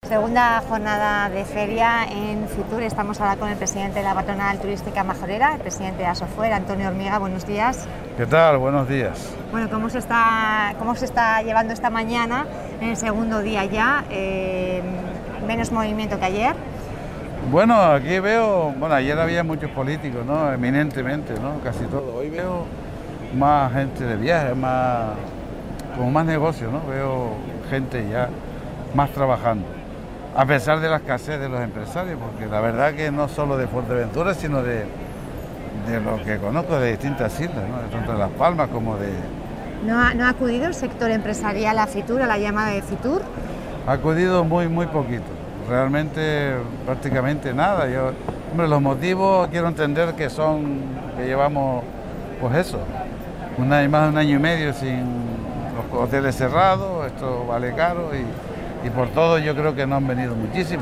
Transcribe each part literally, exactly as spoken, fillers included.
Segunda jornada de feria en Fitur. Estamos ahora con el presidente de la patronal turística majorera, el presidente de Asofuer, Antonio Hormiga. Buenos días. ¿Qué tal? Buenos días. Bueno, ¿cómo se está, cómo se está llevando esta mañana en el segundo día ya? Eh, menos movimiento que ayer. Bueno, aquí veo, bueno, ayer había muchos políticos, ¿no? Eminentemente, ¿no? Casi todo. Hoy veo más gente de viaje, más, como más negocio, ¿no? Veo gente ya más trabajando, a pesar de la escasez de los empresarios, porque la verdad que no solo de Fuerteventura, sino de, de lo que conozco de distintas islas, ¿no? Tanto de Las Palmas como de... ¿No ha, ¿No ha acudido el sector empresarial a Fitur, a la llamada de Fitur? Ha acudido muy, muy poquito, realmente prácticamente nada. Yo, hombre, los motivos quiero entender que son, que llevamos, pues eso, un año, más de un año y medio sin los hoteles cerrados, esto vale caro y... y por todo yo creo que no han venido muchísimo,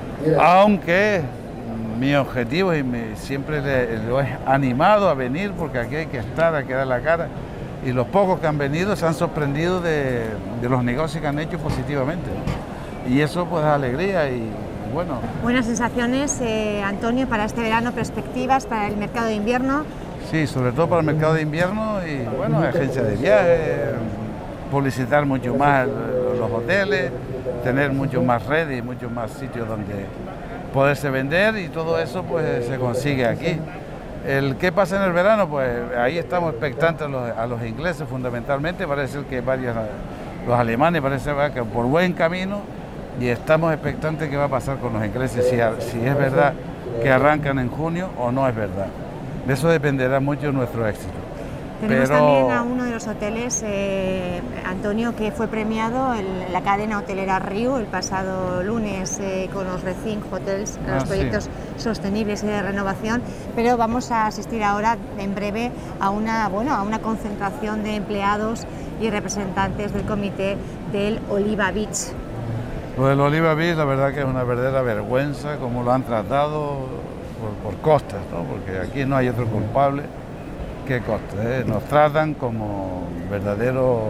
aunque mi objetivo y me, siempre lo he animado a venir porque aquí hay que estar, hay que dar la cara, y los pocos que han venido se han sorprendido de, de los negocios que han hecho positivamente, ¿no? Y eso pues da alegría y bueno. Buenas sensaciones, eh, Antonio, para este verano, perspectivas para el mercado de invierno. Sí, sobre todo para el mercado de invierno y bueno, agencias de viaje, publicitar mucho más los hoteles, tener mucho más redes y muchos más sitios donde poderse vender, y todo eso pues se consigue aquí. El qué pasa en el verano, pues ahí estamos expectantes a los, a los ingleses fundamentalmente. Parece que varios, los alemanes parece que por buen camino, y estamos expectantes qué va a pasar con los ingleses, si, si es verdad que arrancan en junio o no es verdad. De eso dependerá mucho nuestro éxito. Tenemos Pero... también a uno de los hoteles, eh, Antonio, que fue premiado en la cadena hotelera Riu el pasado lunes eh, con los Rethink Hotels, ah, los proyectos sí. sostenibles y de renovación, pero vamos a asistir ahora en breve a una, bueno, a una concentración de empleados y representantes del comité del Oliva Beach. Lo del Oliva Beach, la verdad que es una verdadera vergüenza como lo han tratado por, por costas, ¿no? Porque aquí no hay otro culpable. ¿Qué costa? ¿Eh? Nos tratan como verdaderos,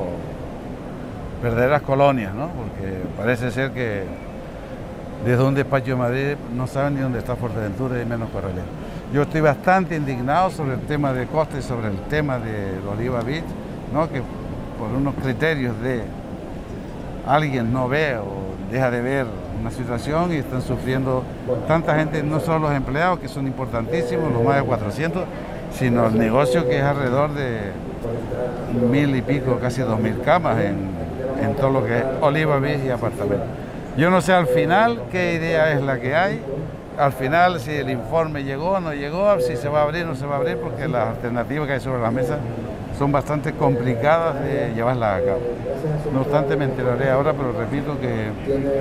verdaderas colonias, ¿no? Porque parece ser que desde un despacho de Madrid no saben ni dónde está Fuerteventura y menos Corralejo. Yo estoy bastante indignado sobre el tema de costa y sobre el tema de Oliva Beach, ¿no? Que por unos criterios de alguien no ve o deja de ver una situación y están sufriendo tanta gente, no solo los empleados, que son importantísimos, los más de cuatrocientos, sino el negocio que es alrededor de mil y pico, casi dos mil camas en, en todo lo que es Oliva Beach y apartamentos. Yo no sé al final qué idea es la que hay, al final si el informe llegó o no llegó, si se va a abrir o no se va a abrir, porque las alternativas que hay sobre la mesa son bastante complicadas de llevarlas a cabo. No obstante, me enteraré ahora, pero repito que,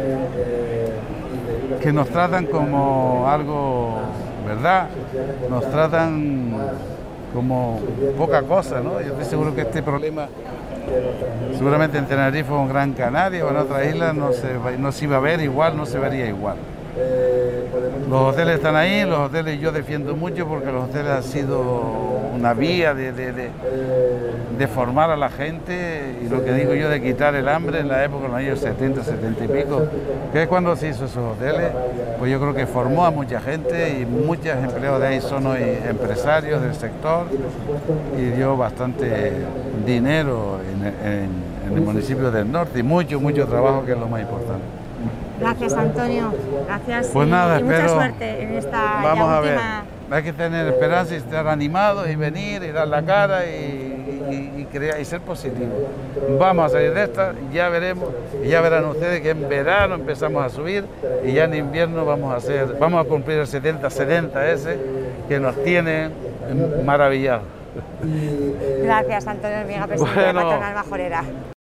que nos tratan como algo... ¿verdad? Nos tratan como poca cosa, ¿no? Yo estoy seguro que este problema, seguramente en Tenerife o en Gran Canaria o en otras islas, no se, no se iba a ver igual, no se vería igual. Los hoteles están ahí, los hoteles yo defiendo mucho porque los hoteles han sido una vía de, de, de, de formar a la gente, y lo que digo yo de quitar el hambre en la época, en los años setenta, setenta y pico, que es cuando se hizo esos hoteles, pues yo creo que formó a mucha gente y muchos empleados de ahí son hoy empresarios del sector y dio bastante dinero en, en, en el municipio del norte y mucho, mucho trabajo, que es lo más importante. Gracias, Antonio. Gracias. Pues y, nada, y mucha espero, suerte en esta vamos ya a ver. última... Hay que tener esperanza y estar animados y venir y dar la cara y, y, y, crear, y ser positivos. Vamos a salir de esta, ya veremos, y ya verán ustedes que en verano empezamos a subir y ya en invierno vamos a hacer, vamos a cumplir el setenta setenta ese que nos tiene maravillados. Gracias, Antonio Hormiga, presidente bueno. de la patronal majorera.